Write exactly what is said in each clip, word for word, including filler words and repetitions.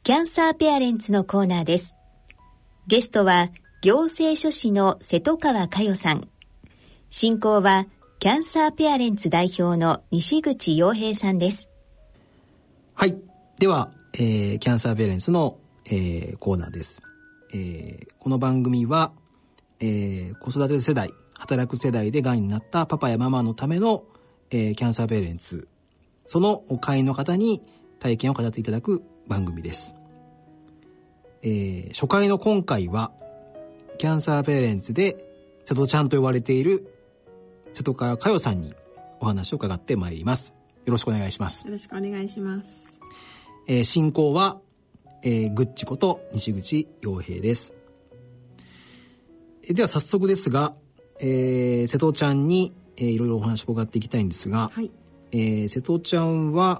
キャンサーペアレンツのコーナーです。ゲストは行政書士の瀬戸川佳代さん。進行はキャンサーペアレンツ代表の西口洋平さんです。 はい。では、えー、キャンサーペアレンツの、えー、コーナーです。えー、この番組は、えー、子育て世代、働く世代でがんになったパパやママのための、えー、キャンサーペアレンツ、その会員の方に体験を語っていただく番組です。えー、初回の今回はキャンサーペアレンツで瀬戸ちゃんと呼ばれている瀬戸川佳代さんにお話を伺ってまいります。よろしくお願いします。 よろしくお願いします。 えー、進行は、えー、ぐっちこと西口洋平です。えー、では早速ですが、えー、瀬戸ちゃんに、えー、いろいろお話を伺っていきたいんですが、はい、えー、瀬戸ちゃんは、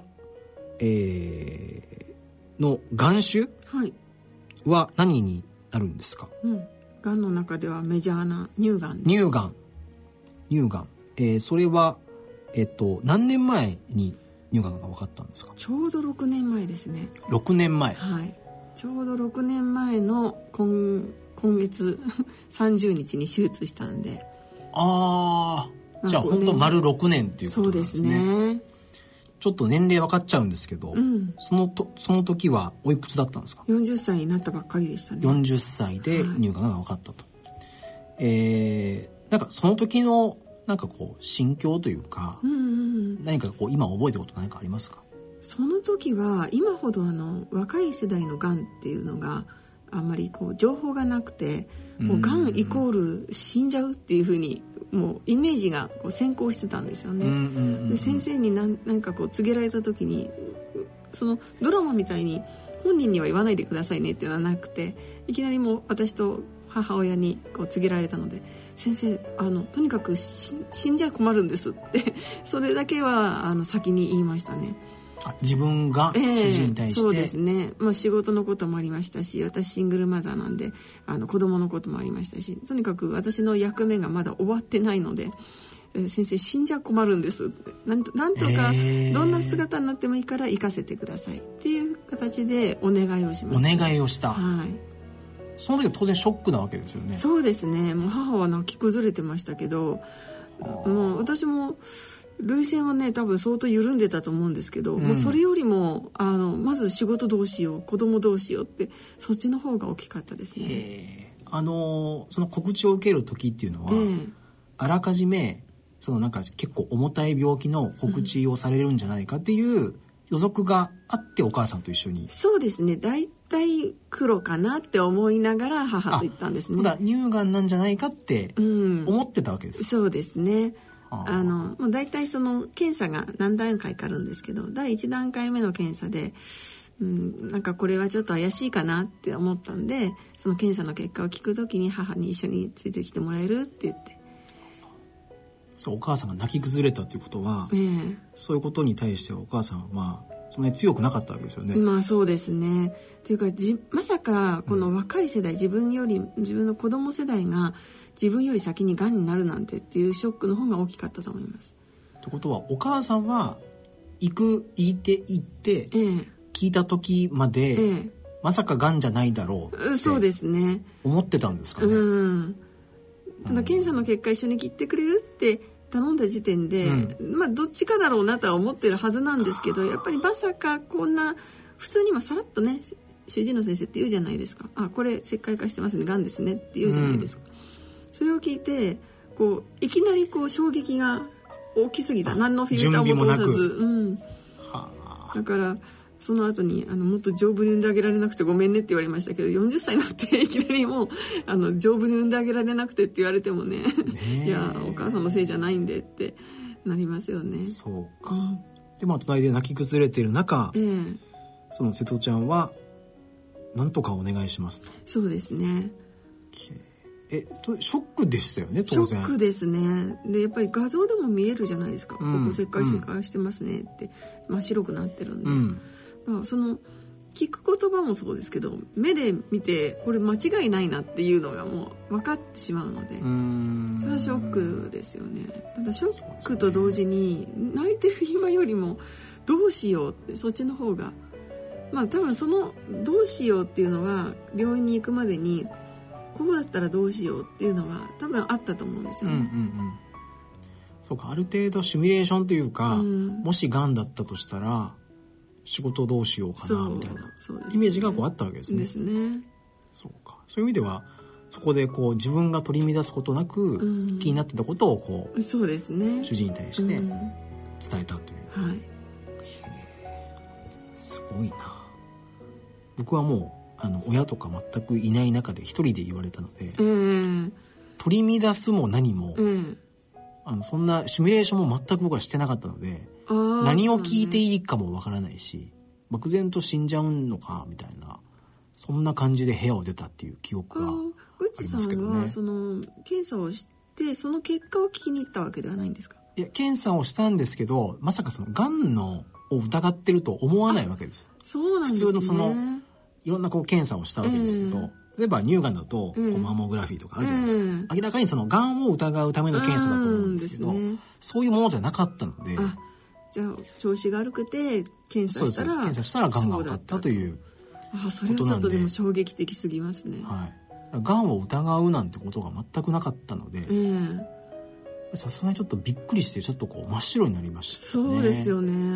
えー、の眼種は何になるんですか？ うん、がんの中ではメジャーな乳がんです。 乳がん、乳がん、えー、それは、えっと、何年前に乳がんが分かったんですか？ ちょうどろくねんまえですね。 ろくねんまえ、 はい、ちょうどろくねんまえの 今, 今月さんじゅうにちに手術したんで。 ああ、じゃあ本当丸ろくねんっていうことなんですね。そうですね。ちょっと年齢分かっちゃうんですけど、うん、そのとその時はおいくつだったんですか？ よんじゅっさいになったばっかりでしたね。 よんじゅっさいで乳がんが分かったと、はい、えー、なんかその時のなんかこう心境というか、うんうんうん、何かこう今覚えてること何かありますか？ その時は今ほどあの若い世代のがんっていうのがあんまりこう情報がなくて、もうがんイコール死んじゃうっていうふうにもうイメージがこう先行してたんですよね、うんうんうん、で先生に何、何かこう告げられた時にそのドラマみたいに本人には言わないでくださいねっていうのはなくて、いきなりもう私と母親にこう告げられたので、先生あのとにかく死んじゃ困るんですってそれだけはあの先に言いましたね。 あ、自分が主治医に対して、 えー、そうですね、まあ、仕事のこともありましたし、私シングルマザーなんであの子供のこともありましたし、とにかく私の役目がまだ終わってないので、えー、先生死んじゃ困るんですなん、なんとかどんな姿になってもいいから生かせてくださいっていう形でお願いをしました。 お願いをした、 はい、 その時は当然ショックなわけですよね。 そうですね、もう母は泣き崩れてましたけど、もう私も涙腺はね多分相当緩んでたと思うんですけど、うん、もうそれよりもあのまず仕事どうしよう子供どうしようってそっちの方が大きかったですね。 へー、あのその告知を受ける時っていうのは、えー、あらかじめそのなんか結構重たい病気の告知をされるんじゃないかっていう予測があってお母さんと一緒に、うん、 そうですね、だいたい黒かなって思いながら母と言ったんですね。 だ乳がんなんじゃないかって思ってたわけです、うん、 そうですね。あのもう大体その検査が何段階かあるんですけど、だいいちだんかいめの検査で、うん、なんかこれはちょっと怪しいかなって思ったんで、その検査の結果を聞くときに母に一緒についてきてもらえるって言って、 そうそう、お母さんが泣き崩れたということは、えー、そういうことに対してはお母さんはまあそんなに強くなかったわけですよね。 まあそうですね。というかじまさかこの若い世代、うん、自分より自分の子供世代が自分より先にがんになるなんてっていうショックの方が大きかったと思います。 ということはお母さんは行く言って行って、ええ、聞いた時まで、ええ、まさかがんじゃないだろうってそうですね思ってたんですかね。 うん、ただ検査の結果一緒に切ってくれるって頼んだ時点で、うん、まあどっちかだろうなとは思ってるはずなんですけど、やっぱりまさかこんな普通にはさらっとね主治医の先生って言うじゃないですか。あ、これ石灰化してますね、がんですねって言うじゃないですか、うん、それを聞いてこういきなりこう衝撃が大きすぎた。何のフィルターも通さず、うん、はあ、だからその後にあのもっと丈夫に産んであげられなくてごめんねって言われましたけど、よんじゅっさいになっていきなりもうあの丈夫に産んであげられなくてって言われても ね, ねいやお母さんのせいじゃないんでってなりますよね。 そうか、うん、でも隣で泣き崩れてる中、えー、その瀬戸ちゃんはなんとかお願いしますと。 そうですね。 えショックでしたよね当然。 ショックですね。でやっぱり画像でも見えるじゃないですか、うん、ここ石灰石灰してますねって、うん、真っ白くなってるんで、うん、だからその聞く言葉もそうですけど目で見てこれ間違いないなっていうのがもう分かってしまうので、うーん、それはショックですよね。ただショックと同時に泣いてる今よりもどうしようってそっちの方がまあ多分そのどうしようっていうのは病院に行くまでにこうだったらどうしようっていうのは多分あったと思うんですよね、うんうんうん、 そうか、ある程度シミュレーションというか、うん、もしがんだったとしたら仕事どうしようかなみたいなイメージがこうあったわけですね。 ですね。 そうか、そういう意味ではそこでこう自分が取り乱すことなく、うん、気になってたことをこう、 そうですね、 主治医に対して伝えたという、 うんはい、 すごいな。僕はもうあの親とか全くいない中で一人で言われたので、 えー、 取り乱すも何も、 えー、 あのそんなシミュレーションも全く僕はしてなかったので、何を聞いていいかもわからないし、漠然と死んじゃうのかみたいな、そんな感じで部屋を出たっていう記憶がありますけどね。 グッチさんはその検査をしてその結果を聞きに行ったわけではないんですか？ いや、検査をしたんですけど、まさかそのがんのを疑ってると思わないわけです。 そうなんですね。 普通のそのいろんなこう検査をしたわけですけど、えー、例えば乳がんだとこうマンモグラフィーとかあるじゃないですか、えー、明らかにそのがんを疑うための検査だと思うんですけど、ね、そういうものじゃなかったので、 あ、じゃあ調子が悪くて検査したら検査したらがんが分かったということなんで、 あ、それはちょっとでも衝撃的すぎますね。 はい、がんを疑うなんてことが全くなかったので、さすがにちょっとびっくりしてちょっとこう真っ白になりましたね。 そうですよね、 うん、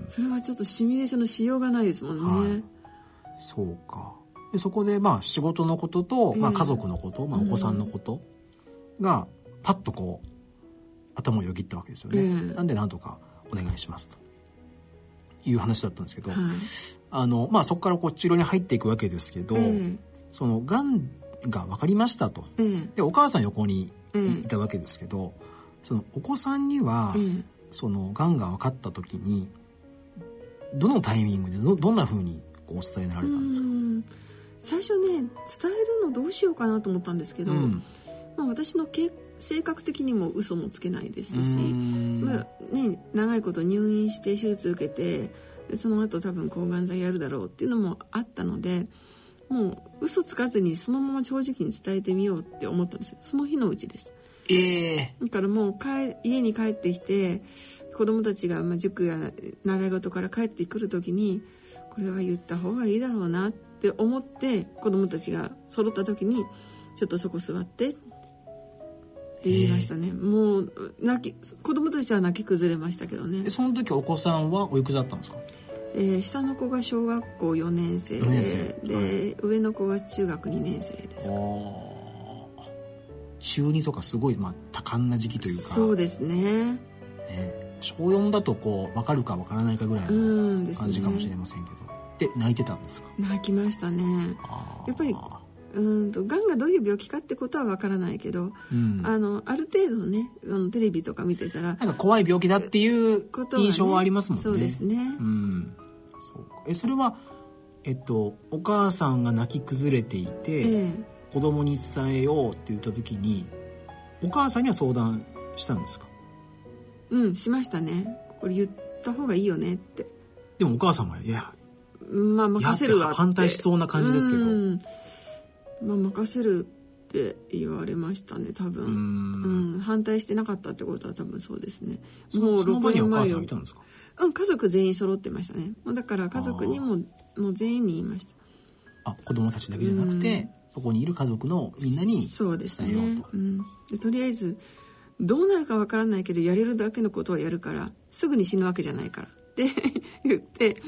それはちょっとシミュレーションのしようがないですもんね、はい、 そうか。でそこでまあ仕事のことと、まあ、家族のこと、まあ、お子さんのことがパッとこう頭をよぎったわけですよね、えー、なんでなんとかお願いしますという話だったんですけど、はい、あのまあ、そこからこう治療に入っていくわけですけど、えー、そのがんが分かりましたと、えー、でお母さん横にいたわけですけど、そのお子さんには、えー、そのがんが分かった時にどのタイミングで ど, どんなふうにこうお伝えになられたんですか？ 最初ね、伝えるのどうしようかなと思ったんですけど、うん、まあ、私のけ性格的にも嘘もつけないですし、まあね、長いこと入院して手術受けて、でその後多分抗がん剤やるだろうっていうのもあったので、もう嘘つかずにそのまま正直に伝えてみようって思ったんですよ。その日のうちです。 えー、 だからもう帰家に帰ってきて、子供たちがまあ塾や習い事から帰ってくる時に、これは言った方がいいだろうなって思って、子供たちが揃った時にちょっとそこ座ってって言いましたね。もう泣き子供たちは泣き崩れましたけどね。 その時お子さんはおいくつだったんですか？ えー、下の子が小学校よねん生で、で、はい、上の子が中学にねん生です。 中にとかすごい、まあ、多感な時期というか。 そうですね。 ね、小よんだとこう分かるか分からないかぐらいの感じかもしれませんけど、で泣いてたんですか？ 泣きましたね。やっぱりうんとがんがどういう病気かってことは分からないけど、うん、あのある程度ね、あのテレビとか見てたらなんか怖い病気だっていう印象はありますもんね。 そうですね、 うん、そうか。えそれは、えっと、お母さんが泣き崩れていて、ええ、子供に伝えようって言った時にお母さんには相談したんですか？ うん、しましたね。これ言った方がいいよねって。 でもお母さんはいや、 まあ、任せるわって反対しそうな感じですけど、うん、 まあ、任せるって言われましたね多分。うん、うん、反対してなかったってことは多分そうですね。 もうろくねんまえ。その場にお母さんはいたんですか？ うん、家族全員揃ってましたね。だから家族にももう全員に言いました。 あ、子供たちだけじゃなくて、うん、そこにいる家族のみんなに伝えようと。 そうですね、うん、でとりあえずどうなるかわからないけどやれるだけのことはやるからすぐに死ぬわけじゃないからって言って、うん、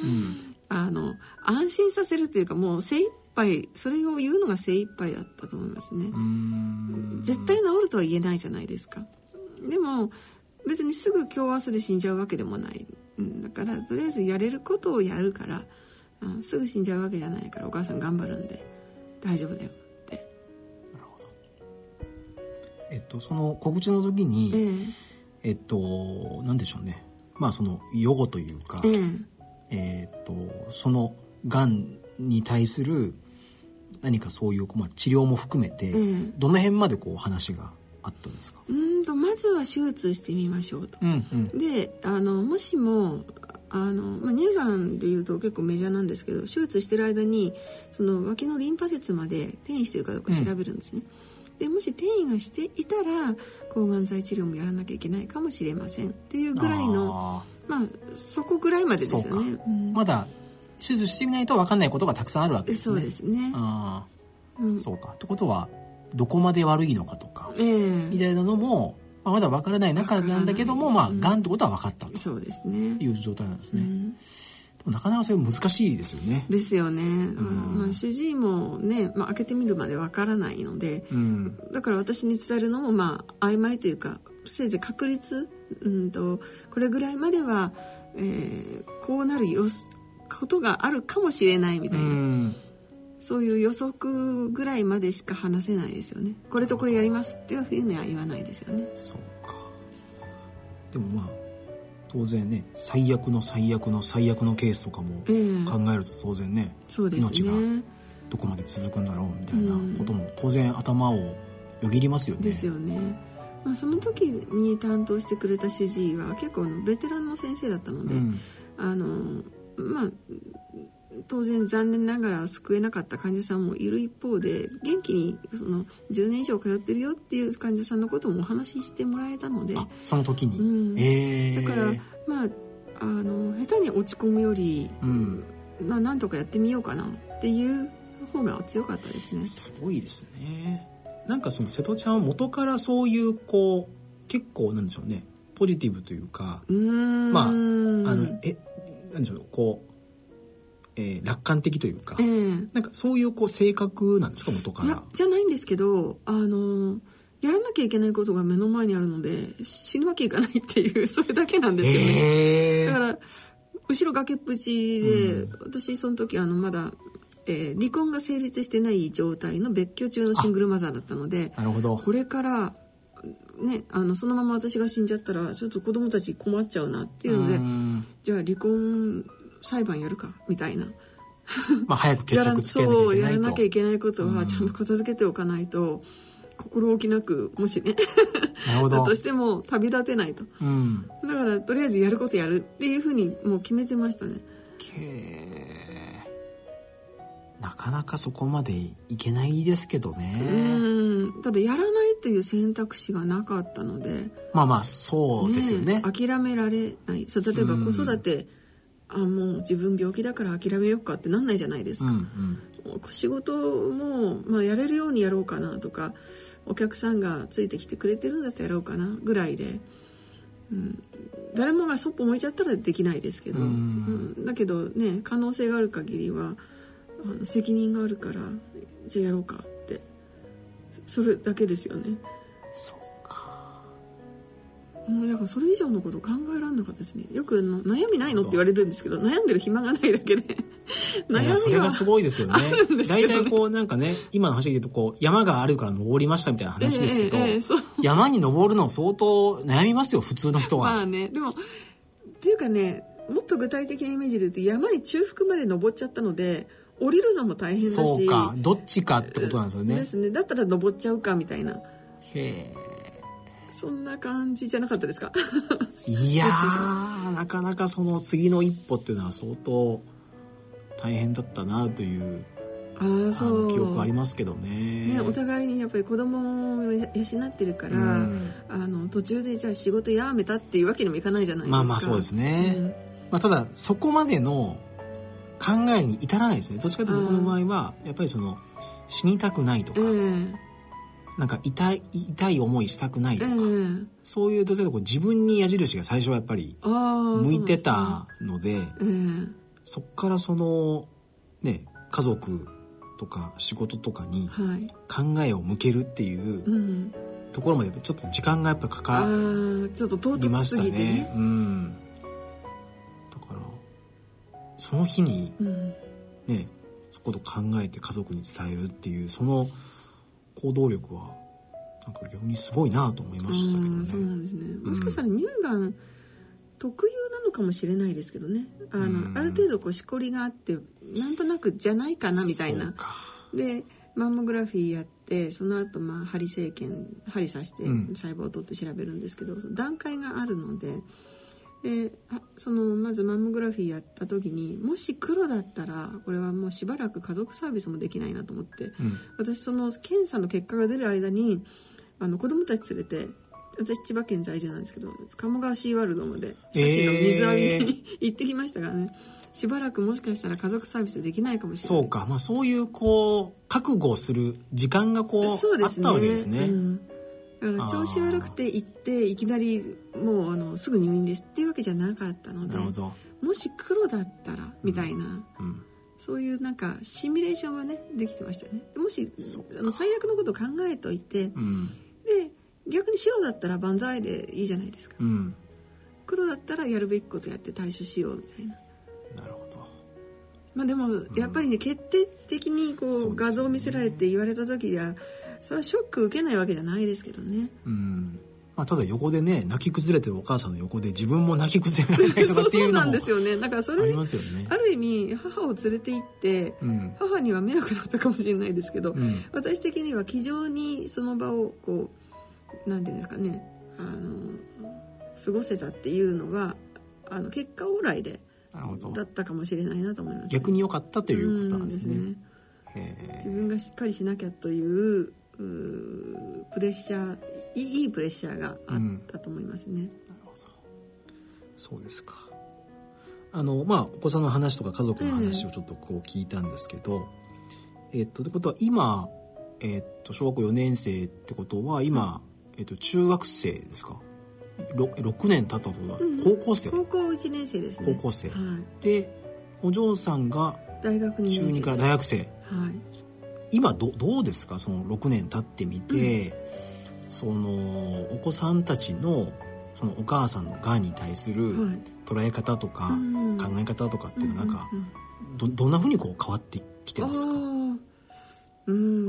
あの安心させるというか、もう精一杯それを言うのが精一杯だったと思いますね。うーん、絶対治るとは言えないじゃないですか。でも別にすぐ今日明日で死んじゃうわけでもない、うん、だからとりあえずやれることをやるから、あすぐ死んじゃうわけじゃないから、お母さん頑張るんで大丈夫だよって。 なるほど。えっとその告知の時に、えええっと何でしょうね、まあその予後というか、えええー、っとそのがんに対する何かそういう、まあ、治療も含めて、ええ、どの辺までこう話があったんですか？ うんとまずは手術してみましょうと、うんうん、であのもしもあの、まあ、乳がんでいうと結構メジャーなんですけど、手術してる間にその脇のリンパ節まで転移してるかどうか調べるんですね、うん、でもし転移がしていたら抗がん剤治療もやらなきゃいけないかもしれませんっていうぐらいの、あ、まあ、そこぐらいまでですよね、 うん、まだ手術してみないと分かんないことがたくさんあるわけですね。 そうですね。 あ、 うん、 そうか。ってことはどこまで悪いのかとか、 えー、 みたいなのも、まあ、まだ分からない中なんだけども、まあ、がんってことは分かったと、 そうですね、 いう状態なんですね。 うん、 でもなかなかそれ難しいですよね。 ですよね。 うん、 まあ、主治医もね、まあ、開けてみるまで分からないので、うん、だから私に伝えるのもまあ曖昧というか、せいぜい確率、うんとこれぐらいまでは、えー、こうなるよことがあるかもしれないみたいな、うん、そういう予測ぐらいまでしか話せないですよね。これとこれやりますっていうふうには言わないですよね。 そうか。でもまあ当然ね、最悪の最悪の最悪のケースとかも考えると当然ね、えー、そうですね、命がどこまで続くんだろうみたいなことも当然頭をよぎりますよね。 ですよね。まあ、その時に担当してくれた主治医は結構ベテランの先生だったので、うん、あのまあ当然残念ながら救えなかった患者さんもいる一方で、元気にそのじゅうねん以上通ってるよっていう患者さんのこともお話ししてもらえたので、 あ、その時に、うん、 えー、だからまああの下手に落ち込むより、うん、まあ、なんとかやってみようかなっていう方が強かったですね。 すごいですね。なんかその瀬戸ちゃんは元からそういうこう結構なんでしょうね、ポジティブというか、うーん、まああのえなんでしょう、こう、えー、楽観的というか、えー、なんかそういうこう性格なんですか、元から。 いや、じゃないんですけど、あのやらなきゃいけないことが目の前にあるので死ぬわけいかないっていうそれだけなんですよね。えー、だから後ろ崖っぷちで、うん、私その時あのまだえー、離婚が成立してない状態の別居中のシングルマザーだったので、 なるほど、 これからね、あのそのまま私が死んじゃったらちょっと子供たち困っちゃうなっていうので、じゃあ離婚裁判やるかみたいなまあ早く決着つけなきゃいけないとそうやらなきゃいけないことはちゃんと片付けておかないと、心置きなくもしねなるほどだとしても旅立てないと、うん、だからとりあえずやることやるっていうふうにもう決めてましたね。 けなかなかそこまでいけないですけどね。 うん、ただやらないという選択肢がなかったので、 まあまあそうですよね。 ね、諦められない。そう、例えば子育て、あ、もう自分病気だから諦めようかってなんないじゃないですか、うんうん、仕事も、まあ、やれるようにやろうかなとか、お客さんがついてきてくれてるんだったらやろうかなぐらいで、うん、誰もがそっぽ向いちゃったらできないですけど、うんうん、だけどね、可能性がある限りはあの責任があるからじゃあやろうかって、それだけですよね。 そうか。 もうだからそれ以上のこと考えられなかったですね。よくの悩みないのって言われるんですけど、悩んでる暇がないだけで悩みはそれがすごいですよね。大体こうなんかね、今の話で言うとこう山があるから登りましたみたいな話ですけど、えーえー、山に登るの相当悩みますよ、普通の人は。 まあね、でもっていうかね、もっと具体的なイメージで言うと、山に中腹まで登っちゃったので降りるのも大変だし、 そうか、どっちかってことなんですよね。 ですね。だったら登っちゃうかみたいな。へえ。 そんな感じじゃなかったですか。 いやー、なかなかその次の一歩っていうのは相当大変だったなというあそう記憶ありますけど ね, ね。お互いにやっぱり子供を養ってるから、うん、あの途中でじゃあ仕事辞めたっていうわけにもいかないじゃないですか。 まあまあそうですね、うん、まあ、ただそこまでの考えに至らないですね。どっちかというと僕の場合はやっぱりその死にたくないとか、えー、なんか痛い痛い思いしたくないとか、えー、そういうどちらかというと自分に矢印が最初はやっぱり向いてたので、 そ, で、ねえー、そっからそのね、家族とか仕事とかに考えを向けるっていうところまでちょっと時間がやっぱかかりましたね。 ちょっと唐突すぎてね、 うん、だからその日に、うん、ね、そこと考えて家族に伝えるっていうその行動力はなんか逆にすごいなと思いましたけどね。 そうなんですね。もしかしたら乳がん特有なのかもしれないですけどね。あの、うん、ある程度こうしこりがあってなんとなくじゃないかなみたいな。でマンモグラフィーやってその後まあ針生検針刺して細胞を取って調べるんですけど、うん、その段階があるので。でそのまずマンモグラフィーやった時にもし黒だったらこれはもうしばらく家族サービスもできないなと思って、うん、私その検査の結果が出る間にあの子供たち連れて私千葉県在住なんですけど、鴨川シーワールドまでシャチの水浴びに、えー、行ってきましたからね。しばらくもしかしたら家族サービスできないかもしれない。 そうか、まあ、そういうこう覚悟をする時間がこう、そうですね、あったわけですね、うん、 だから調子悪くて行っていきなりもうあのすぐ入院ですっていうわけじゃなかったので、もし黒だったらみたいな、うんうん、そういうなんかシミュレーションはねできてましたね。もしあの最悪のことを考えといて、うん、で逆に白だったら万歳でいいじゃないですか、うん、黒だったらやるべきことやって対処しようみたいな。 なるほど。 まあでもやっぱりね、うん、決定的にこう画像を見せられて言われた時はそれはショック受けないわけじゃないですけどね、うん、 まあ、ただ横でね泣き崩れてるお母さんの横で自分も泣き崩れられないとかっていうのもそうなんですよね。だからそれありますよね。ある意味母を連れて行って、うん、母には迷惑だったかもしれないですけど、うん、私的には気丈にその場をこうなんていうんですかね、あの過ごせたっていうのがあの結果オーライでだったかもしれないなと思います、ね、 逆に良かったということなんですね。うん、 ですね。自分がしっかりしなきゃという、うプレッシャーいい、いいプレッシャーがあったと思いますね、うん、なるほど。 そうですか。あのまあお子さんの話とか家族の話をちょっとこう聞いたんですけど、えー、えっとってことは今、えー、っと小学校よねん生ってことは今、うん、えー、っと中学生ですか。 6, ろくねん経ったってことは高校生、 うん、高校いちねん生ですね。 高校生、はい、でお嬢さんが大学にねん生中にから大学生、はい、今 ど, どうですかそのろくねん経ってみて、うん、そのお子さんたちのそのお母さんのがんに対する捉え方とか考え方とかっていうのはなんか ど, どんなふうにこう変わってきてますか？ うん、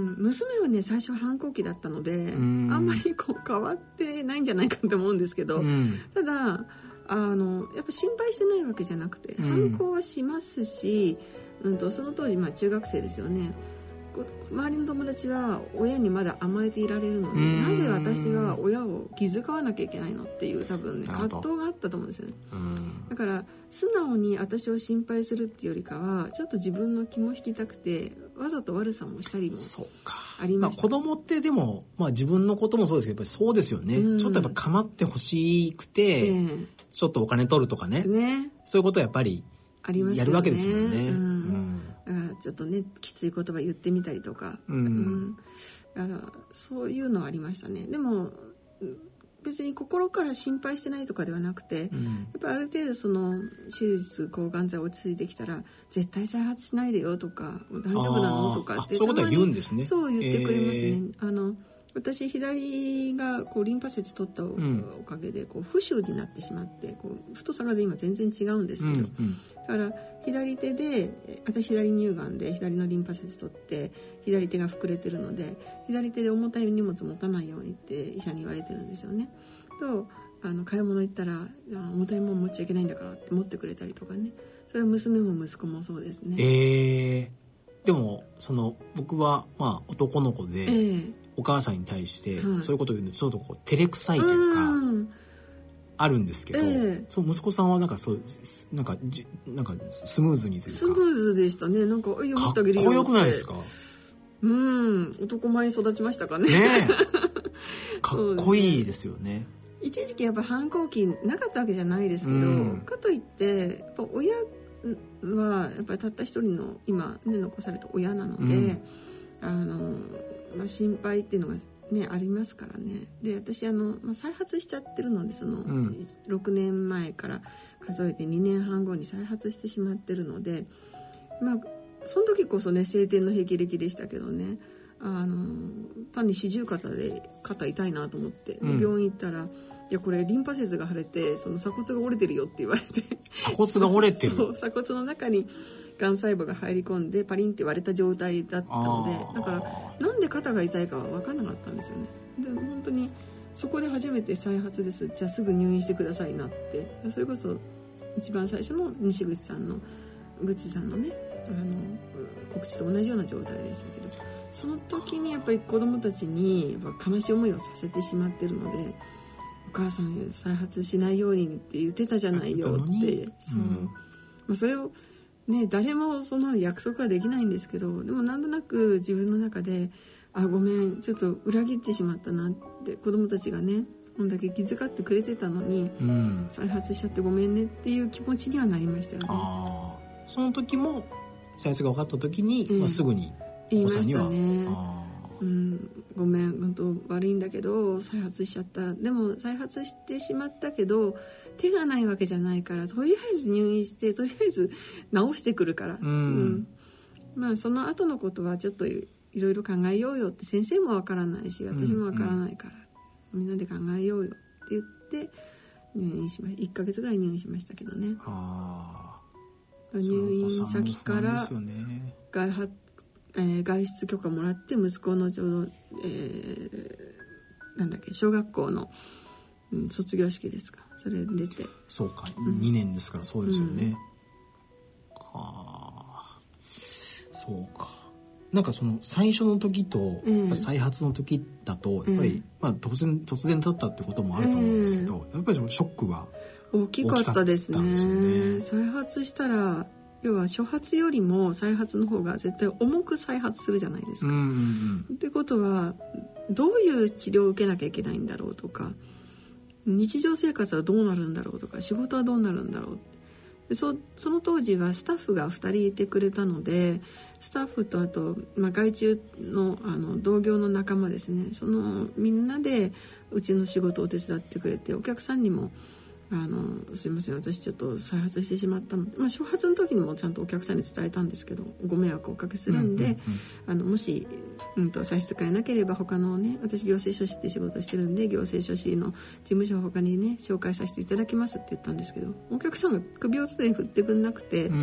娘はね最初反抗期だったのであんまりこう変わってないんじゃないかと思うんですけど、うん、ただあのやっぱ心配してないわけじゃなくて、うん、反抗はしますし、うん、とその当時まあ中学生ですよね。周りの友達は親にまだ甘えていられるのになぜ私は親を気遣わなきゃいけないのっていう多分ね葛藤があったと思うんですよね。だから素直に私を心配するっていうよりかはちょっと自分の気も引きたくてわざと悪さもしたりもありました。 そうか、まあ、子供ってでも、まあ、自分のこともそうですけどやっぱりそうですよね、うん、ちょっとやっぱ構ってほしくて、えー、ちょっとお金取るとか ね, ねそういうことはやっぱりやるわけですもんね。うんうんちょっとねきつい言葉言ってみたりとか、うんうん、だからそういうのはありましたね。でも別に心から心配してないとかではなくて、うん、やっぱある程度その手術抗がん剤落ち着いてきたら絶対再発しないでよとか大丈夫なのとかってそういうことは言うんですね。 そう言ってくれますね、えー、あの私左がこうリンパ節取った お,、うん、おかげでこう浮腫になってしまってこう太さが今全然違うんですけど、うんうん、だから左手で私左乳がんで左のリンパ節取って左手が膨れてるので左手で重たい荷物持たないようにって医者に言われてるんですよね。とあの買い物行ったら重たいもん持っちゃいけないんだからって持ってくれたりとかね。それは娘も息子もそうですね。 えー、でもその僕はまあ男の子で、えーお母さんに対してそういうことを言うのちょっとこう照れくさいというか、うん、あるんですけど、えー、そう息子さんはなんかそうなんかじなんかスムーズにというかスムーズでしたね。なんかかっこよくないですか？ うん男前に育ちましたかね。ねかっこいいですよね。 一時期やっぱ反抗期なかったわけじゃないですけど、うん、かといってやっぱ親はやっぱりたった一人の今、ね、残された親なので、うん、あのまあ、心配っていうのが、ね、ありますからね。で私あの、まあ、再発しちゃってるのでその、うん、ろくねんまえから数えてにねんはんごに再発してしまってるので、まあ、その時こそね晴天の霹靂でしたけどねあの単に四十肩で肩痛いなと思って、うん、病院行ったらいやこれリンパ節が腫れてその鎖骨が折れてるよって言われて鎖骨が折れてるそう鎖骨の中にがん細胞が入り込んでパリンって割れた状態だったのでだからなんで肩が痛いかは分からなかったんですよね。で本当にそこで初めて再発ですじゃあすぐ入院してくださいなってそれこそ一番最初の西口さんの口さんのねあの告知と同じような状態でしたけどその時にやっぱり子どもたちにやっぱ悲しい思いをさせてしまってるのでお母さん再発しないようにって言ってたじゃないよってそう、うんまあ、それをね、誰もそんなの約束はできないんですけどでもなんとなく自分の中であごめんちょっと裏切ってしまったなって子供たちがねこんだけ気遣ってくれてたのに、うん、再発しちゃってごめんねっていう気持ちにはなりましたよね。 あ、その時も再発が分かった時に、えーまあ、すぐに言いましたね。あ、うん、ごめん本当悪いんだけど再発しちゃった。でも再発してしまったけど手がないわけじゃないからとりあえず入院してとりあえず治してくるから、うんうん、まあその後のことはちょっといろいろ考えようよって先生もわからないし私もわからないから、うんうん、みんなで考えようよって言って入院しました。いっかげつぐらい入院しましたけどね。あ、入院先から外発えー、外出許可もらって息子のちょうど、えー、なんだっけ小学校の、うん、卒業式ですかそれ出てそうか、うん、にねんですからそうですよね、うん、はあそうか。なんかその最初の時と、えー、再発の時だとやっぱり、えーまあ、突然突然だったってこともあると思うんですけど、えー、やっぱりそのショックは大きかったですね。ですね。再発したら要は初発よりも再発の方が絶対重く再発するじゃないですか、うんうんうん、ってことはどういう治療を受けなきゃいけないんだろうとか日常生活はどうなるんだろうとか仕事はどうなるんだろうで そ, その当時はスタッフがふたりいてくれたのでスタッフとあと、まあ、外注 の, あの同業の仲間ですねそのみんなでうちの仕事を手伝ってくれてお客さんにもあのすいません私ちょっと再発してしまったので、まあ、初発の時にもちゃんとお客さんに伝えたんですけどご迷惑をおかけするんで、うんうんうん、あのもし、うん、と差し支えなければ他のね私行政書士って仕事をしてるんで行政書士の事務所を他にね紹介させていただきますって言ったんですけどお客さんが首を常に振ってくんなくて、うん、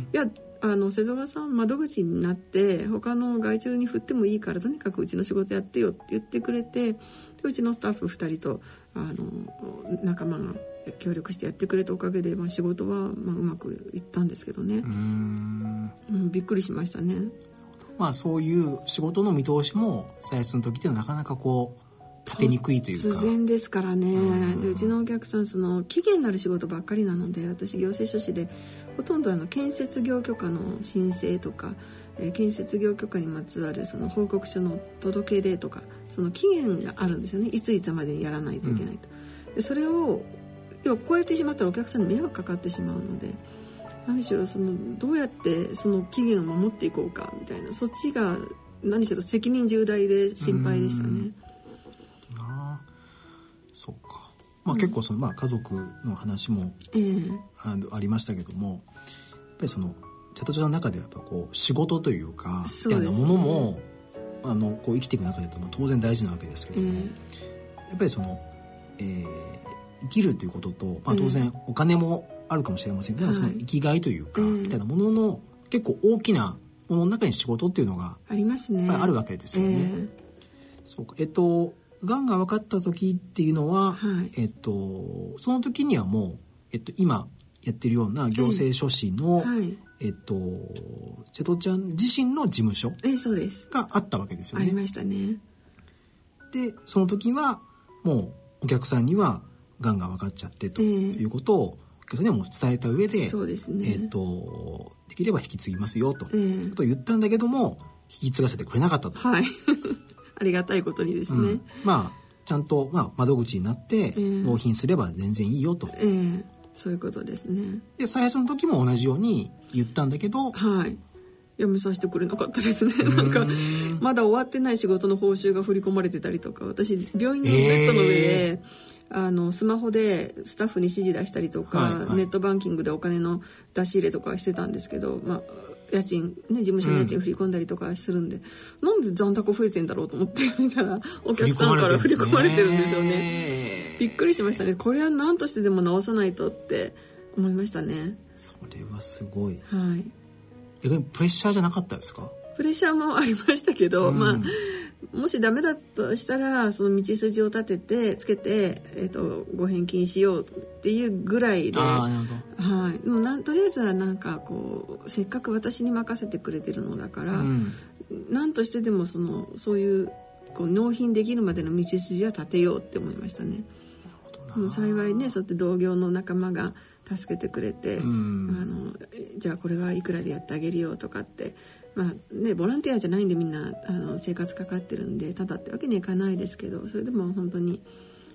いやあの瀬戸川さん窓口になって他の外注に振ってもいいからとにかくうちの仕事やってよって言ってくれてでうちのスタッフふたりとあの仲間が協力してやってくれたおかげで、まあ、仕事は、まあ、うまくいったんですけどね。うーん、うん、びっくりしましたね。 まあそういう仕事の見通しも再発の時ってなかなかこう立てにくいというか突然ですからね。うでうちのお客さんその期限のある仕事ばっかりなので私行政書士でほとんどあの建設業許可の申請とか、えー、建設業許可にまつわるその報告書の届け出とかその期限があるんですよね。いついつまでにやらないといけないと、うん、でそれを要は超えてしまったらお客さんに迷惑かかってしまうので何しろそのどうやってその期限を守っていこうかみたいなそっちが何しろ責任重大で心配でしたね。 あそうか、まあ、結構その、まあ、家族の話も あ,、えー、あ, ありましたけどもやっぱりそのチャトチャの中ではやっぱこう仕事というかみたいなものもあのこう生きていく中で当然大事なわけですけども、えー、やっぱりその、えー生きるということと、まあ、当然お金もあるかもしれませんが、えー、その生きがいというか、はい、みたいなものの結構大きなものの中に仕事っていうのがありますね。 あるわけですよね。えー、そうか。えっとがんが分かった時っていうのは、はい、えっとその時にはもう、えっと、今やってるような行政書士の、えーはい、えっと瀬戸ちゃん自身の事務所があったわけですよね。 ありましたね。 でその時はもうお客さんにはがんが分かっちゃってということを、えー、お客さんにはもう伝えた上で、 そうですね、 えー、とできれば引き継ぎますよと、えー、ことを言ったんだけども引き継がせてくれなかったと、 はい、ありがたいことにですね、うん、 まあちゃんと、まあ、窓口になって納品すれば全然いいよと、 えー、そういうことですね。 で最初の時も同じように言ったんだけど、 はい、やめさせてくれなかったですね。なんかまだ終わってない仕事の報酬が振り込まれてたりとか私病院のベッドの上で、えーあのスマホでスタッフに指示出したりとか、はいはい、ネットバンキングでお金の出し入れとかしてたんですけど、まあ、家賃、ね、事務所の家賃振り込んだりとかするんで、うん、なんで残高増えてんだろうと思って見たらお客さんから振り込まれてるんですよね。びっくりしましたね。これは何としてでも直さないとって思いましたね。 それはすごい、 はい、 逆にプレッシャーじゃなかったですか？ プレッシャーもありましたけど、うんまあもしダメだとしたらその道筋を立ててつけて、えー、とご返金しようっていうぐらいで、はい、でもなんとりあえずはなんかこうせっかく私に任せてくれてるのだから、うん、何としてでもそのそういうこう納品できるまでの道筋は立てようって思いましたね。もう幸いねそうやって同業の仲間が助けてくれて、うん、あのじゃあこれはいくらでやってあげるよとかってまあね、ボランティアじゃないんでみんなあの生活かかってるんでただってわけにはいかないですけどそれでも本当に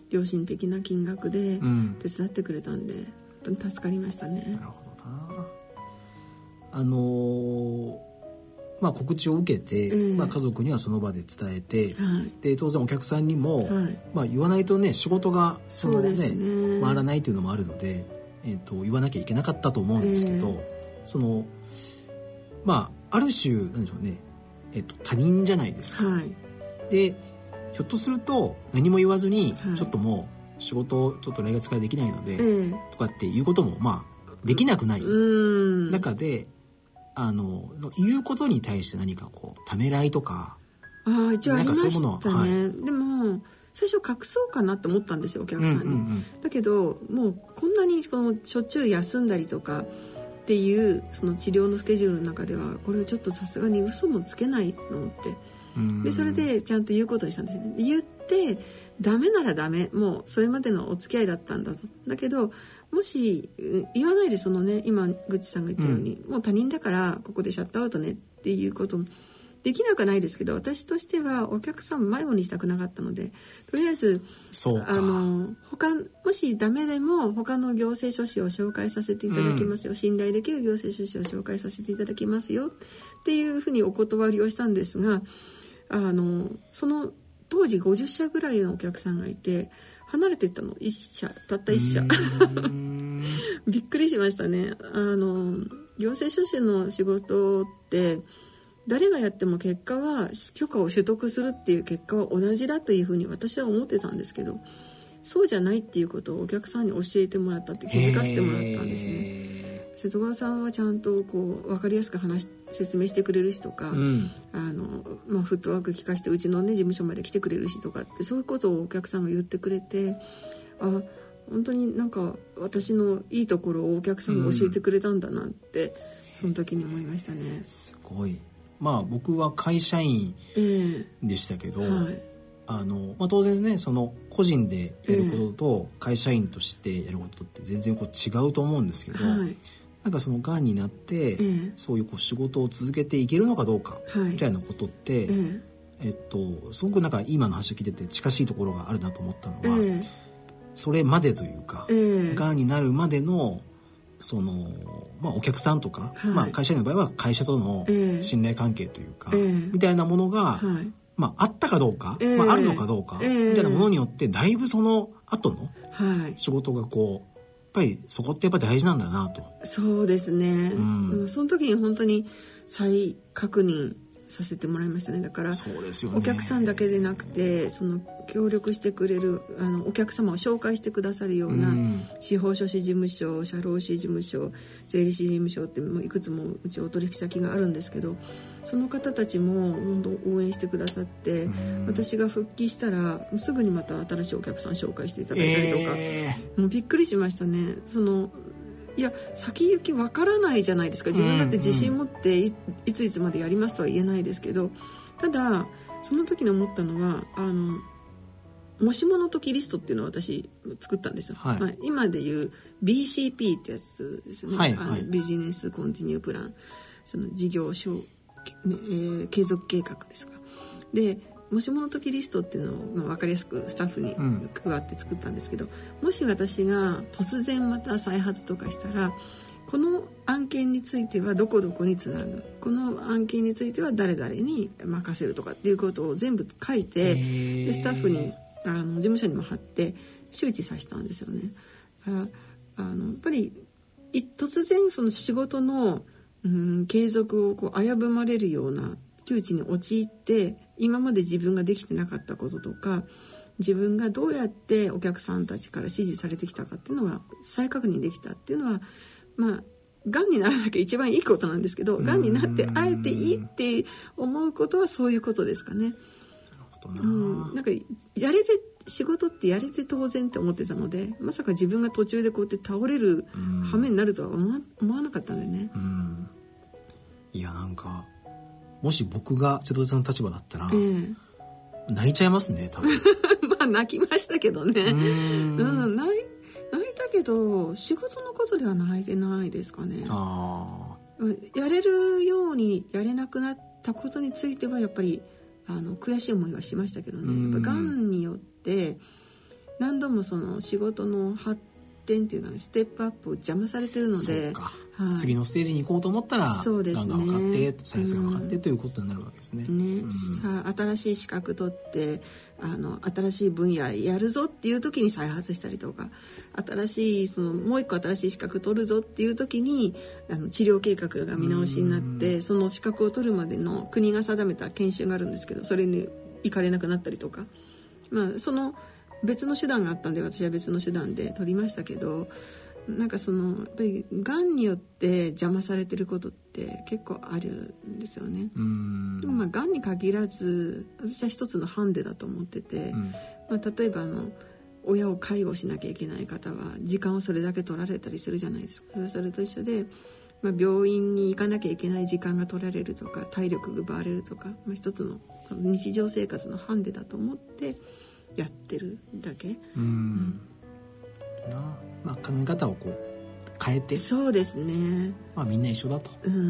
良心的な金額で手伝ってくれたんで、うん、本当に助かりましたね。 なるほどな。あのーまあ、告知を受けて、えーまあ、家族にはその場で伝えて、はい、で当然お客さんにも、はいまあ、言わないとね仕事がその、ねそうですね、回らないというのもあるので、えー、と言わなきゃいけなかったと思うんですけど、えー、そのまあある種なんでしょうね、えー、と他人じゃないですか、はい、でひょっとすると何も言わずに、はい、ちょっともう仕事ちょっと来月からできないので、えー、とかっていうこともまあできなくない中で、あの言うことに対して何かこうためらいとか、 あ一応ありましたね、はい、でも最初隠そうかなと思ったんですよお客さんに、うんうんうん、だけどもうこんなにこのしょっちゅう休んだりとかっていうその治療のスケジュールの中ではこれをちょっとさすがに嘘もつけないと思って、でそれでちゃんと言うことにしたんですね。言ってダメならダメ、もうそれまでのお付き合いだったんだと。だけどもし言わないでそのね今ぐっちさんが言ったように、うん、もう他人だからここでシャットアウトねっていうことできなくはないですけど、私としてはお客さん迷子にしたくなかったので、とりあえずあの他もしダメでも他の行政書士を紹介させていただきますよ、うん、信頼できる行政書士を紹介させていただきますよっていうふうにお断りをしたんですが、あのその当時ごじゅっしゃぐらいのお客さんがいて離れていったのいっ社たったいっ社びっくりしましたね。あの行政書士の仕事って誰がやっても結果は許可を取得するっていう結果は同じだというふうに私は思ってたんですけど、そうじゃないっていうことをお客さんに教えてもらったって気づかせてもらったんですね。瀬戸川さんはちゃんとこう分かりやすく話説明してくれるしとか、うん、あのまあ、フットワーク聞かせてうちの、ね、事務所まで来てくれるしとかってそういうことをお客さんが言ってくれて、あ本当になんか私のいいところをお客さんが教えてくれたんだなって、うん、その時に思いましたね。 すごい。まあ僕は会社員でしたけど、えーはいあのまあ、当然ねその個人でやることと会社員としてやることって全然こう違うと思うんですけど、はい、なんかそのがんになって、えー、そういうこう仕事を続けていけるのかどうかみたいなことって、はいえーえっと、すごくなんか今の話を聞いてて近しいところがあるなと思ったのは、えー、それまでというか、えー、がんになるまでのその、まあ、お客さんとか、はいまあ、会社員の場合は会社との信頼関係というか、えー、みたいなものが、はいまあ、あったかどうか、えーまあ、あるのかどうか、えー、みたいなものによってだいぶその後の仕事がこうやっぱりそこってやっぱり大事なんだなと。 そうですね、うん、その時に本当に再確認させてもらいましたね。だからそうですよね、お客さんだけでなくてその協力してくれるあのお客様を紹介してくださるような、うん、司法書士事務所、社労士事務所、税理士事務所ってもういくつもうちお取引先があるんですけど、その方たちも本当応援してくださって、うん、私が復帰したらすぐにまた新しいお客さん紹介していただいたりとか、えー、もうびっくりしましたね。そのいや先行きわからないじゃないですか。自分だって自信持ってい、いついつまでやりますとは言えないですけど、ただその時に思ったのはあのもしもの時リストっていうのを私作ったんですよ、はいまあ、今でいう ビーシーピー ってやつですね、はいはい、あのビジネスコンティニュープラン、その事業所、ねえー、継続計画ですか。でもしもの時リストっていうのを、まあ、分かりやすくスタッフに配って作ったんですけど、うん、もし私が突然また再発とかしたらこの案件についてはどこどこにつなぐ、この案件については誰々に任せるとかっていうことを全部書いて、でスタッフにあの事務所にも貼って周知させたんですよね。だからあのやっぱり突然その仕事の、うん、継続をこう危ぶまれるような窮地に陥って今まで自分ができてなかったこととか自分がどうやってお客さんたちから支持されてきたかっていうのが再確認できたっていうのは、まあがんにならなきゃ一番いいことなんですけど、がんになってあえていいって思うことはそういうことですかね。なるほどな、うん、なんかやれて仕事ってやれて当然って思ってたので、まさか自分が途中でこうやって倒れる羽目になるとは思わ、思わなかったんでね。うんいやなんかもし僕が瀬戸さんの立場だったら、えー、泣いちゃいますね多分まあ泣きましたけどね。うん、うん、泣い、泣いたけど仕事のことでは泣いてないですかね。あやれるようにやれなくなったことについてはやっぱりあの悔しい思いはしましたけどね。やっぱがんによって何度もその仕事の発展っていうか、ね、ステップアップを邪魔されてるので、 そうか、はい、次のステージに行こうと思ったらそうですね、 がんが分かって再発が分かって、うん、ということになるわけですね。 ね、 うん、 さあ新しい資格取ってあの新しい分野やるぞっていう時に再発したりとか、新しいそのもう一個新しい資格取るぞっていう時にあの治療計画が見直しになって、うん、その資格を取るまでの国が定めた研修があるんですけど、それに行かれなくなったりとか、まあ、その別の手段があったんで私は別の手段で取りましたけど、なんかそのやっぱりがんによって邪魔されてることって結構あるんですよね。 うん、 でもまあがんに限らず私は一つのハンデだと思ってて、うん、まあ、例えばあの親を介護しなきゃいけない方は時間をそれだけ取られたりするじゃないですか。それと一緒で、まあ、病院に行かなきゃいけない時間が取られるとか体力が奪われるとか、まあ、一つの日常生活のハンデだと思ってやってるだけ。 うん、うんな、まあ、考え方をこう変えて、 そうですね、 まあ、みんな一緒だと、 うん、うん、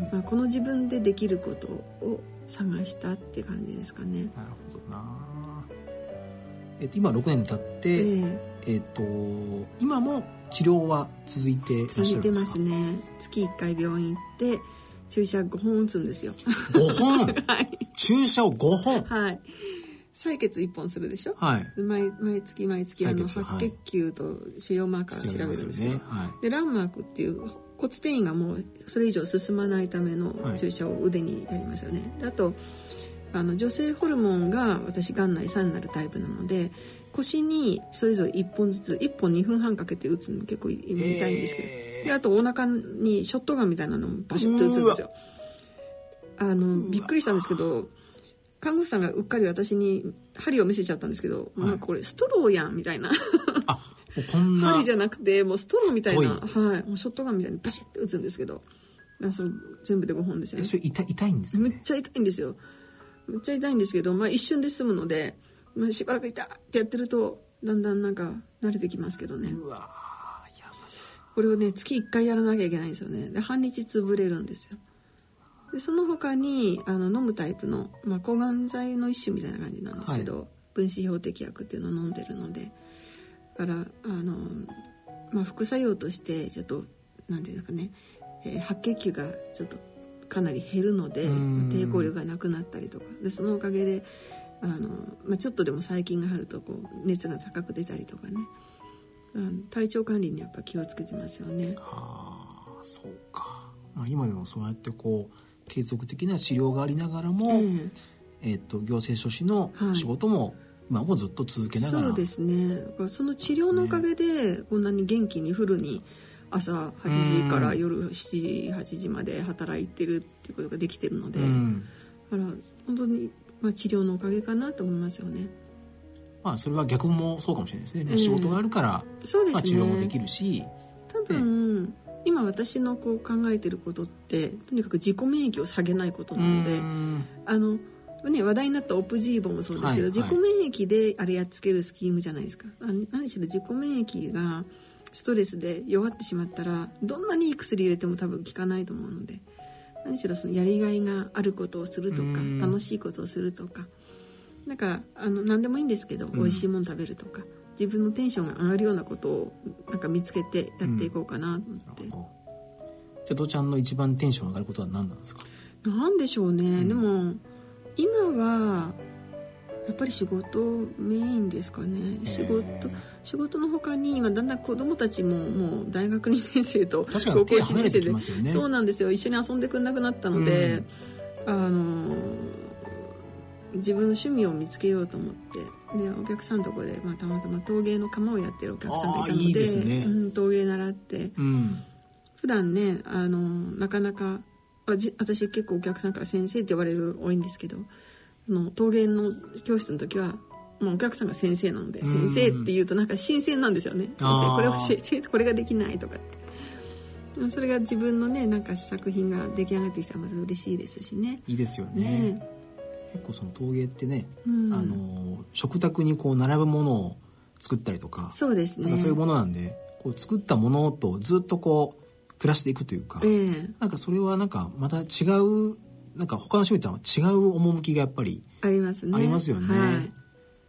まあ、この自分でできることを探したって感じですかね。 なるほどな、えっと、今ろくねん経って、えーえっと、今も治療は続いていらっしゃるんですか？ 続いてますね。月いっかい病院行って注射ごほん打つんですよ。 ごほんはい、 注射をごほん、 はい、採血いっぽんするでしょ、 はい、 毎, 毎月毎月あの白血球と腫瘍マーカー調べるんですけど、ね、はい、でランマークっていう骨転移がもうそれ以上進まないための注射を腕にやりますよね、はい、あとあの女性ホルモンが私元内さんになるタイプなので腰にそれぞれいっぽんずついっぽんにふんはんかけて打つの結構痛いんですけど、えー、であとお腹にショットガンみたいなのもバシッと打つんですよ。あのびっくりしたんですけど看護師さんがうっかり私に針を見せちゃったんですけど、はい、まあ、これストローやんみたいなあこんな針じゃなくてもうストローみたいな、はい、もうショットガンみたいにバシッと打つんですけどそれ全部でごほんですよね。 それ 痛, 痛いんですよね。 めっちゃ痛いんですよ。めっちゃ痛いんですけど、まあ、一瞬で済むので、まあ、しばらく痛ってやってるとだんだんなんか慣れてきますけどね。 うわやばい。 これをね月いっかいやらなきゃいけないんですよね。で半日潰れるんですよ。でその他にあの飲むタイプの、まあ、抗がん剤の一種みたいな感じなんですけど、はい、分子標的薬っていうのを飲んでるのでだからあの、まあ、副作用としてちょっとなんていうんですかね、えー、白血球がちょっとかなり減るので抵抗力がなくなったりとかでそのおかげであの、まあ、ちょっとでも細菌が入るとこう熱が高く出たりとかね、あの体調管理にやっぱ気をつけてますよね。 はあそうか、まあ、今でもそうやってこう継続的な治療がありながらも、えーえー、と行政書士の仕事も、はい、今もずっと続けながら。 そうですね。その治療のおかげでこんなに元気にフルに朝はちじから夜しちじはちじまで働いてるっていうことができてるので、だから本当に、まあ、治療のおかげかなと思いますよね。 まあ、それは逆もそうかもしれないですね、えー、仕事があるから、 そうですね、 まあ、治療もできるし多分、ね、今私のこう考えてることってとにかく自己免疫を下げないことなので、あの、ね、話題になったオプジーボもそうですけど、はいはい、自己免疫であれやっつけるスキームじゃないですか。何しろ自己免疫がストレスで弱ってしまったらどんなにいい薬入れても多分効かないと思うので、何しろそのやりがいがあることをするとか楽しいことをするとか、なんかあの何でもいいんですけど、美味しいもの食べるとか自分のテンションが上がるようなことをなんか見つけてやっていこうかなと思って、うん、じゃあどうちゃんの一番テンション上がることは何なんですか？ なんでしょうね、うん、でも今はやっぱり仕事メインですかね。仕事仕事の他に今だんだん子供たちももう大学にねん生と高校いちねん生で、ね、そうなんですよ、一緒に遊んでくれなくなったので、うん、あの自分の趣味を見つけようと思ってでお客さんのところで、まあ、たまたま陶芸の窯をやってるお客さんがいたので、いいですね、うん、陶芸習って、うん、普段ねあのなかなか私結構お客さんから先生って呼ばれる多いんですけどの陶芸の教室の時はもうお客さんが先生なので、先生って言うとなんか新鮮なんですよね。先生これ教えてこれができないとか、それが自分のねなんか作品が出来上がってきたらまた嬉しいですしね。 いいですよ ね, ね結構その陶芸ってね、うん、あの食卓にこう並ぶものを作ったりとか、 そうですね、 なんかそういうものなんでこう作ったものとずっとこう暮らしていくというか、えー、なんかそれはなんかまた違うなんか他の趣味とは違う趣がやっぱりありますね。 ありますよね、はい、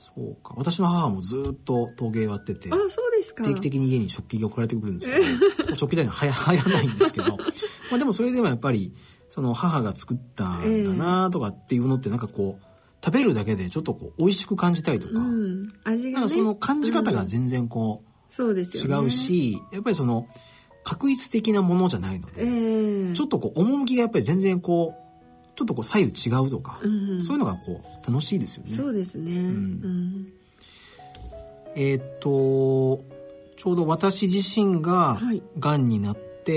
そうか。私の母もずっと陶芸をやってて、 あ、そうですか。 定期的に家に食器が送られてくるんですけど食器台には入らないんですけどまあでもそれでもやっぱりその母が作ったんだなとかっていうのってなんかこう食べるだけでちょっとこう美味しく感じたりとか、うん、 味がね、 なんかその感じ方が全然こう、うん、 そうですよね、 違うし、やっぱりその確一的なものじゃないので、えー、ちょっとこう趣がやっぱり全然こうちょっとこう左右違うとか、うん、そういうのがこう楽しいですよね。 そうですね、うんうん、 えー、っとちょうど私自身ががんになって、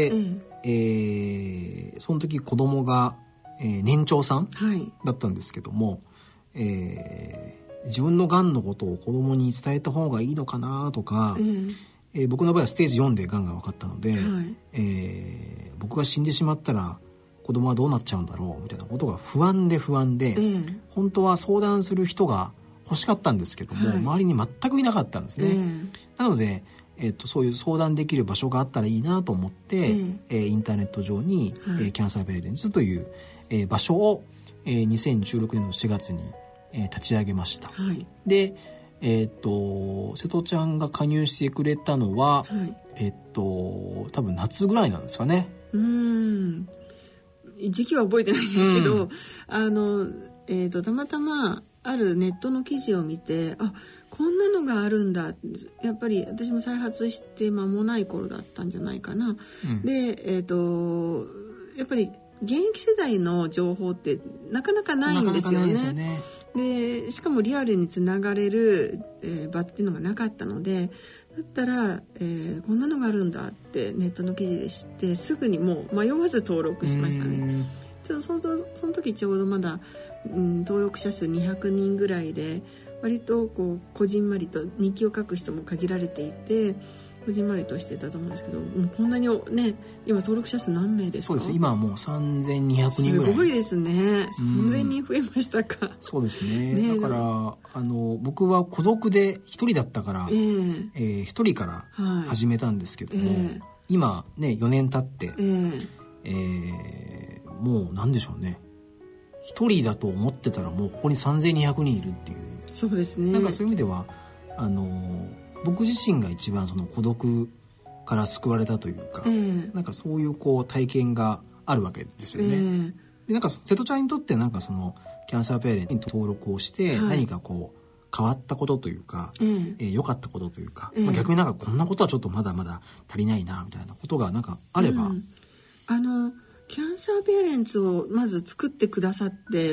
はい、えー、その時子供が、えー、年長さんだったんですけども、はい、えー、自分のがんのことを子供に伝えた方がいいのかなとか、えーえー、僕の場合はステージよんでがんが分かったので、はい、えー、僕が死んでしまったら子供はどうなっちゃうんだろうみたいなことが不安で不安で、えー、本当は相談する人が欲しかったんですけども、はい、周りに全くいなかったんですね、えー、なので、えー、とそういう相談できる場所があったらいいなと思って、えーえー、インターネット上に、はい、えー、キャンサーペアレンツという、えー、場所を、えー、にせんじゅうろくねんのしがつに、えー、立ち上げました、はい、で、えー、と瀬戸ちゃんが加入してくれたのは、はい、えー、と多分夏ぐらいなんですかね。 うーん、時期は覚えてないんですけど、うん、あの、えー、とたまたまあるネットの記事を見て、あ、こんなのがあるんだ、やっぱり私も再発して間もない頃だったんじゃないかな、うん、で、えー、とやっぱり現役世代の情報ってなかなかないんですよね。なかなかないですよね。でしかもリアルにつながれる、えー、場っていうのがなかったので、だったら、えー、こんなのがあるんだってネットの記事で知ってすぐにもう迷わず登録しましたね。ちょそのその時ちょうどまだ、うん、登録者数にひゃくにんぐらいで割とこうこじんまりと日記を書く人も限られていてこじんまりとしてたと思うんですけど、もうこんなにね、今登録者数何名ですか？ そうです、今はもうさんぜんにひゃくにんぐらい。 すごいですね。さんぜんにん増えましたか。 そうですね。ね、だからあの僕は孤独で一人だったから、えーえー、一人から始めたんですけども、はい、えー、今ねよねん経って、えーえー、もうなんでしょうね、一人だと思ってたらもうここにさんぜんにひゃくにんいるっていう。 そうですね。 なんかそういう意味ではあの僕自身が一番その孤独から救われたというか、えー、なんかそういうこう体験があるわけですよね、えー、でなんか瀬戸ちゃんにとってなんかそのキャンサーペアレントに登録をして何かこう変わったことというか、良、えーえー、かったことというか、えーまあ、逆になんかこんなことはちょっとまだまだ足りないなみたいなことがなんかあれば、うん、 あのキャンサーペアレンツをまず作ってくださって、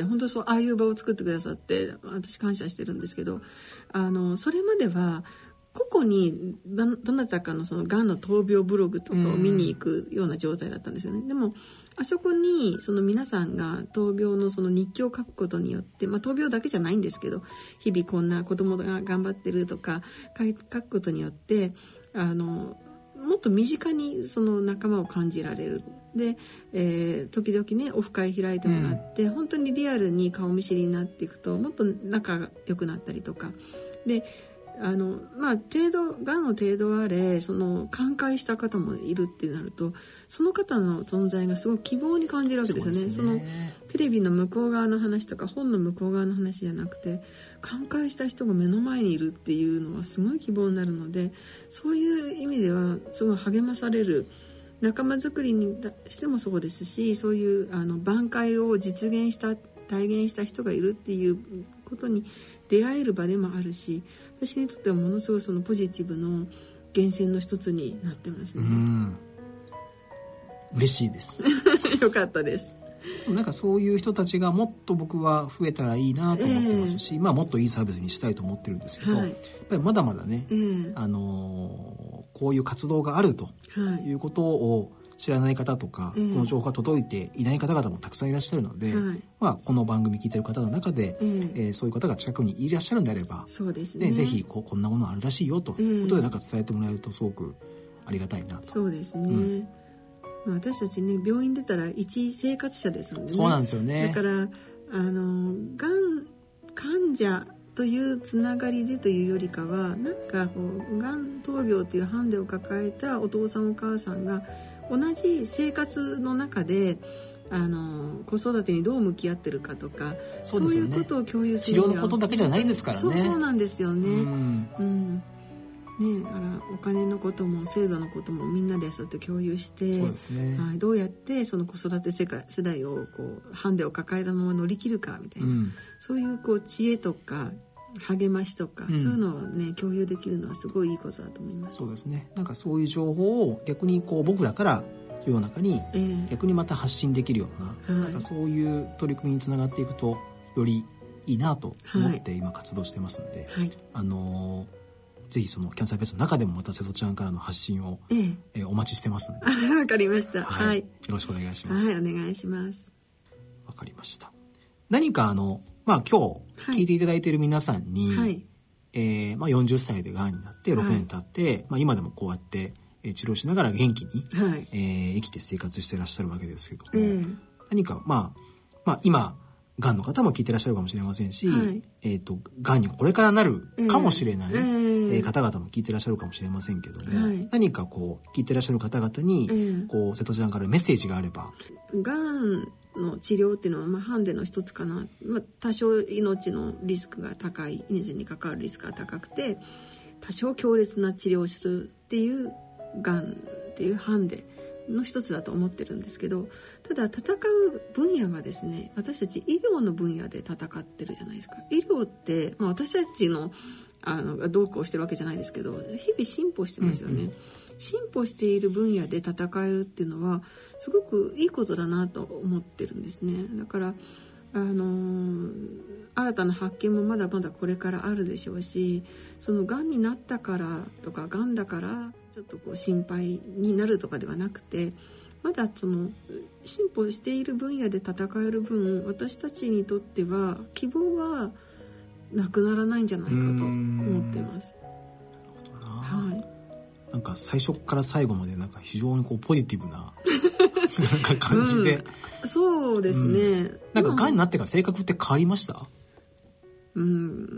本当そうああいう場を作ってくださって私感謝してるんですけど、あのそれまでは個々にどなたかのそのがんの闘病ブログとかを見に行くような状態だったんですよね。でもあそこにその皆さんが闘病のその日記を書くことによって、まあ、闘病だけじゃないんですけど、日々こんな子供が頑張ってるとか書くことによってあのもっと身近にその仲間を感じられる。で、えー、時々ねオフ会開いてもらって、うん、本当にリアルに顔見知りになっていくともっと仲が良くなったりとかで、あのまあ程度がんの程度あれその寛解した方もいるってなると、その方の存在がすごい希望に感じるわけですよね。 そ, ねそのテレビの向こう側の話とか本の向こう側の話じゃなくて、寛解した人が目の前にいるっていうのはすごい希望になるので、そういう意味ではすごい励まされる。仲間づくりにしてもそうですし、そういうあの挽回を実現した体現した人がいるっていうことに出会える場でもあるし、私にとってはものすごいそのポジティブの源泉の一つになってますね。うん、 嬉しいですよかったです。 なんかそういう人たちがもっと僕は増えたらいいなと思ってますし、えーまあ、もっといいサービスにしたいと思ってるんですけど、はい、やっぱりまだまだね、えーあのーこういう活動があるということを知らない方とか、えー、この情報が届いていない方々もたくさんいらっしゃるので、はいまあ、この番組聞いてる方の中で、えーえー、そういう方が近くにいらっしゃるんであれば、 そうですね、 ぜひこうこんなものあるらしいよということでなんか伝えてもらえるとすごくありがたいなと。 そうですね、うんまあ、私たちね病院出たら一生活者ですのでね。 そうなんですよね。 だからあのがん患者というつながりでというよりかは、なんかこうがん闘病というハンデを抱えたお父さんお母さんが同じ生活の中であの子育てにどう向き合ってるかとか、 そうですよね、 そういうことを共有するには治療のことだけじゃないですからね。 そうそうなんですよね。 うん、 うんね、だからお金のことも制度のこともみんなでそうやって共有して、 そうですね、 はい、どうやってその子育て世界世代をこうハンデを抱えたまま乗り切るかみたいな、うん、そういうこう知恵とか励ましとか、うん、そういうのをね共有できるのはすごいいいことだと思います。 そうですね、なんかそういう情報を逆にこう僕らから世の中に逆にまた発信できるような、えー、なんかそういう取り組みにつながっていくとよりいいなと思って今活動してますので、はい、あのーぜひそのキャンサーベースの中でもまた瀬戸ちゃんからの発信を、えええー、お待ちしてますので。 わかりました、はい、はい、よろしくお願いします。 はい、お願いします。 わかりました。何かあの、まあ、今日聞いていただいている皆さんに、はい、えーまあ、よんじゅっさいでがんになってろくねん経って、はい、まあ、今でもこうやって治療しながら元気に、はいえー、生きて生活してらっしゃるわけですけども、えー、何か、まあまあ、今がんの方も聞いてらっしゃるかもしれませんし、はい、えーと、がんにこれからなるかもしれない、えーえー、方々も聞いてらっしゃるかもしれませんけども、はい、何かこう聞いてらっしゃる方々に、えー、こう瀬戸ちゃんからメッセージがあれば。 がんの治療っていうのは、まあ、ハンデの一つかな、まあ、多少命のリスクが高い、命に関わるリスクが高くて多少強烈な治療をするっていうがんっていうハンデの一つだと思ってるんですけど、ただ戦う分野がですね、私たち医療の分野で戦ってるじゃないですか。医療って、まあ、私たちのあのどうこうしてるわけじゃないですけど、日々進歩してますよね、うんうん、進歩している分野で戦えるっていうのはすごくいいことだなと思ってるんですね。だからあのー、新たな発見もまだまだこれからあるでしょうし、そのがんになったからとかがんだからちょっとこう心配になるとかではなくて、まだその進歩している分野で戦える分、私たちにとっては希望はなくならないんじゃないかと思ってます。 なるほどな、はい、なんか最初から最後までなんか非常にこうポジティブななんか感じで、 うん、そうですね、うん、 なんかがんになってから性格って変わりました？ うん、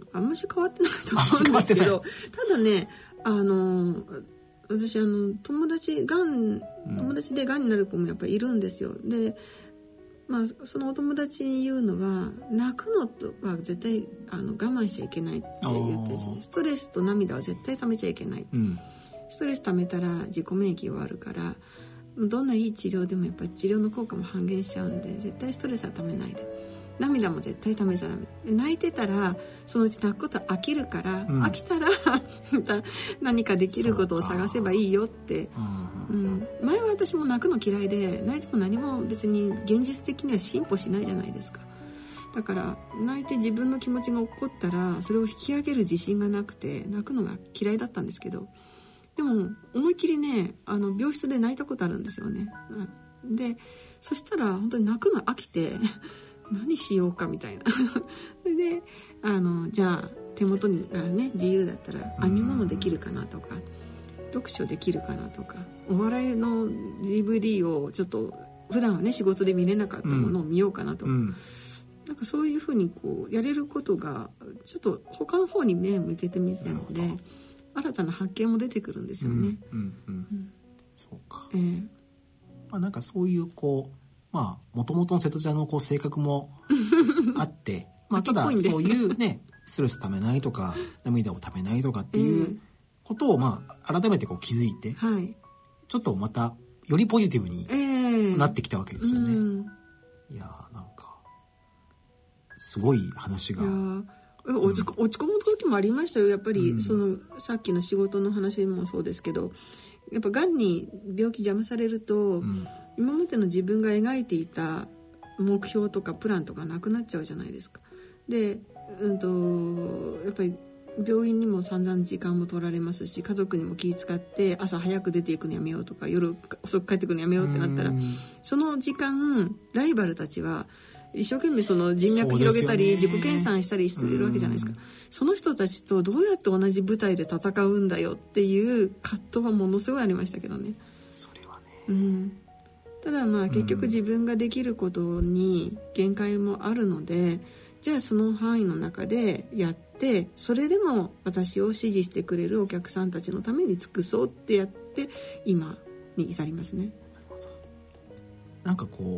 あんまし変わってないと思うんですけど、ただね、あの私あの友達がん友達でがんになる子もやっぱりいるんですよ。で、まあ、そのお友達に言うのは、泣くのとは絶対あの我慢しちゃいけないって言ってですね、ストレスと涙は絶対溜めちゃいけない、うん、ストレス溜めたら自己免疫終わるから、どんないい治療でもやっぱり治療の効果も半減しちゃうんで、絶対ストレスは溜めないで、涙も絶対溜めちゃダメで、泣いてたらそのうち泣くことは飽きるから、うん、飽きたらまた何かできることを探せばいいよって、うん、前は私も泣くの嫌いで、泣いても何も別に現実的には進歩しないじゃないですか。だから泣いて自分の気持ちが起こったらそれを引き上げる自信がなくて泣くのが嫌いだったんですけど、でも思いっきりね、あの病室で泣いたことあるんですよね。でそしたら本当に泣くの飽きて何しようかみたいなそれであのじゃあ手元がね自由だったら編み物できるかなとか、読書できるかなとか、お笑いの ディーブイディー をちょっと普段はね仕事で見れなかったものを見ようかなとか、うん、なんかそういうふうにこうやれることがちょっと他の方に目を向けてみたので、新たな発見も出てくるんですよね。うんうんうんうん、 そうか、えーまあ、なんかそういうこうまあもともとの瀬戸ちゃんのこう性格もあってまあただそういうねストレスためないとか涙をためないとかっていうことをまあ改めてこう気づいて、はい、ちょっとまたよりポジティブになってきたわけですよね、えーうん、いやーなんかすごい話が落ち、落ち込む時もありましたよやっぱり、うん、そのさっきの仕事の話もそうですけど、やっぱがんに病気邪魔されると、うん、今までの自分が描いていた目標とかプランとかなくなっちゃうじゃないですか。で、うんとやっぱり病院にも散々時間も取られますし、家族にも気遣って朝早く出ていくのやめようとか夜遅く帰ってくるのやめようってなったら、その時間ライバルたちは一生懸命その人脈広げたり、自己研鑽したりしてるわけじゃないですか。その人たちとどうやって同じ舞台で戦うんだよっていう葛藤はものすごいありましたけどね。 それはね、 うん、ただまあ結局自分ができることに限界もあるので、じゃあその範囲の中でやって、それでも私を支持してくれるお客さんたちのために尽くそうってやって今に至りますね。 なんかこう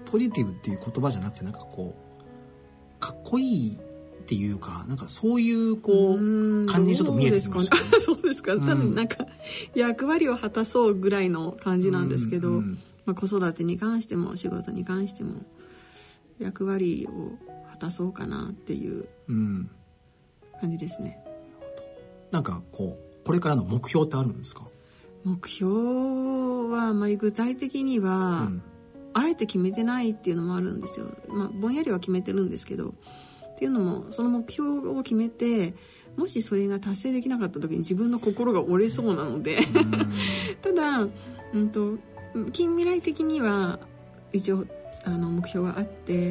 ポジティブっていう言葉じゃなくてなんかこうかっこいいっていうかなんかそういうこう感じにちょっと見えてきましたね。 そうですか、多分なんか役割を果たそうぐらいの感じなんですけど、うんうん、まあ、子育てに関しても仕事に関しても役割を果たそうかなっていう感じですね、 うん、なんかこうこれからの目標ってあるんですか？ 目標はあまり具体的には、うん、あえて決めてないっていうのもあるんですよ、まあ、ぼんやりは決めてるんですけど、っていうのもその目標を決めてもしそれが達成できなかった時に自分の心が折れそうなのでただ、うんと、近未来的には一応あの目標はあって、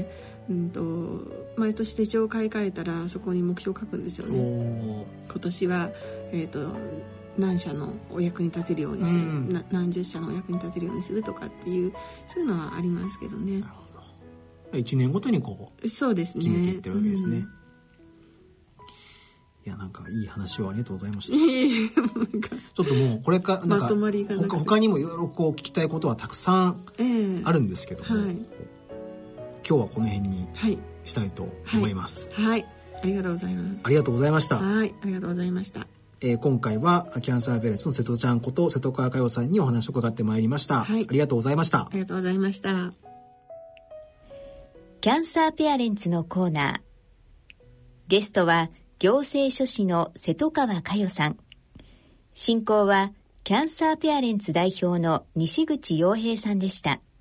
うんと、毎年手帳を買い替えたらそこに目標を書くんですよね。今年は、えーと何社のお役に立てるようにする、うん、な何十社のお役に立てるようにするとかっていうそういうのはありますけどね。なるほど。いちねんごとにこうそうですね、 決めていってるわけですね、うん、いやなんかいい話をありがとうございましたちょっともうこれからなんかまとまりがなくて 他, 他にもいろいろこう聞きたいことはたくさんあるんですけども、えーはい、今日はこの辺にしたいと思います、 はいはい、ありがとうございます。 ありがとうございました。 はい、ありがとうございました。 えー、今回はキャンサーペアレンツの瀬戸ちゃんこと瀬戸川佳代さんにお話を伺ってまいりました、はい、ありがとうございました。 ありがとうございました。 キャンサーペアレンツのコーナー、ゲストは行政書士の瀬戸川佳代さん、進行はキャンサーペアレンツ代表の西口洋平さんでした。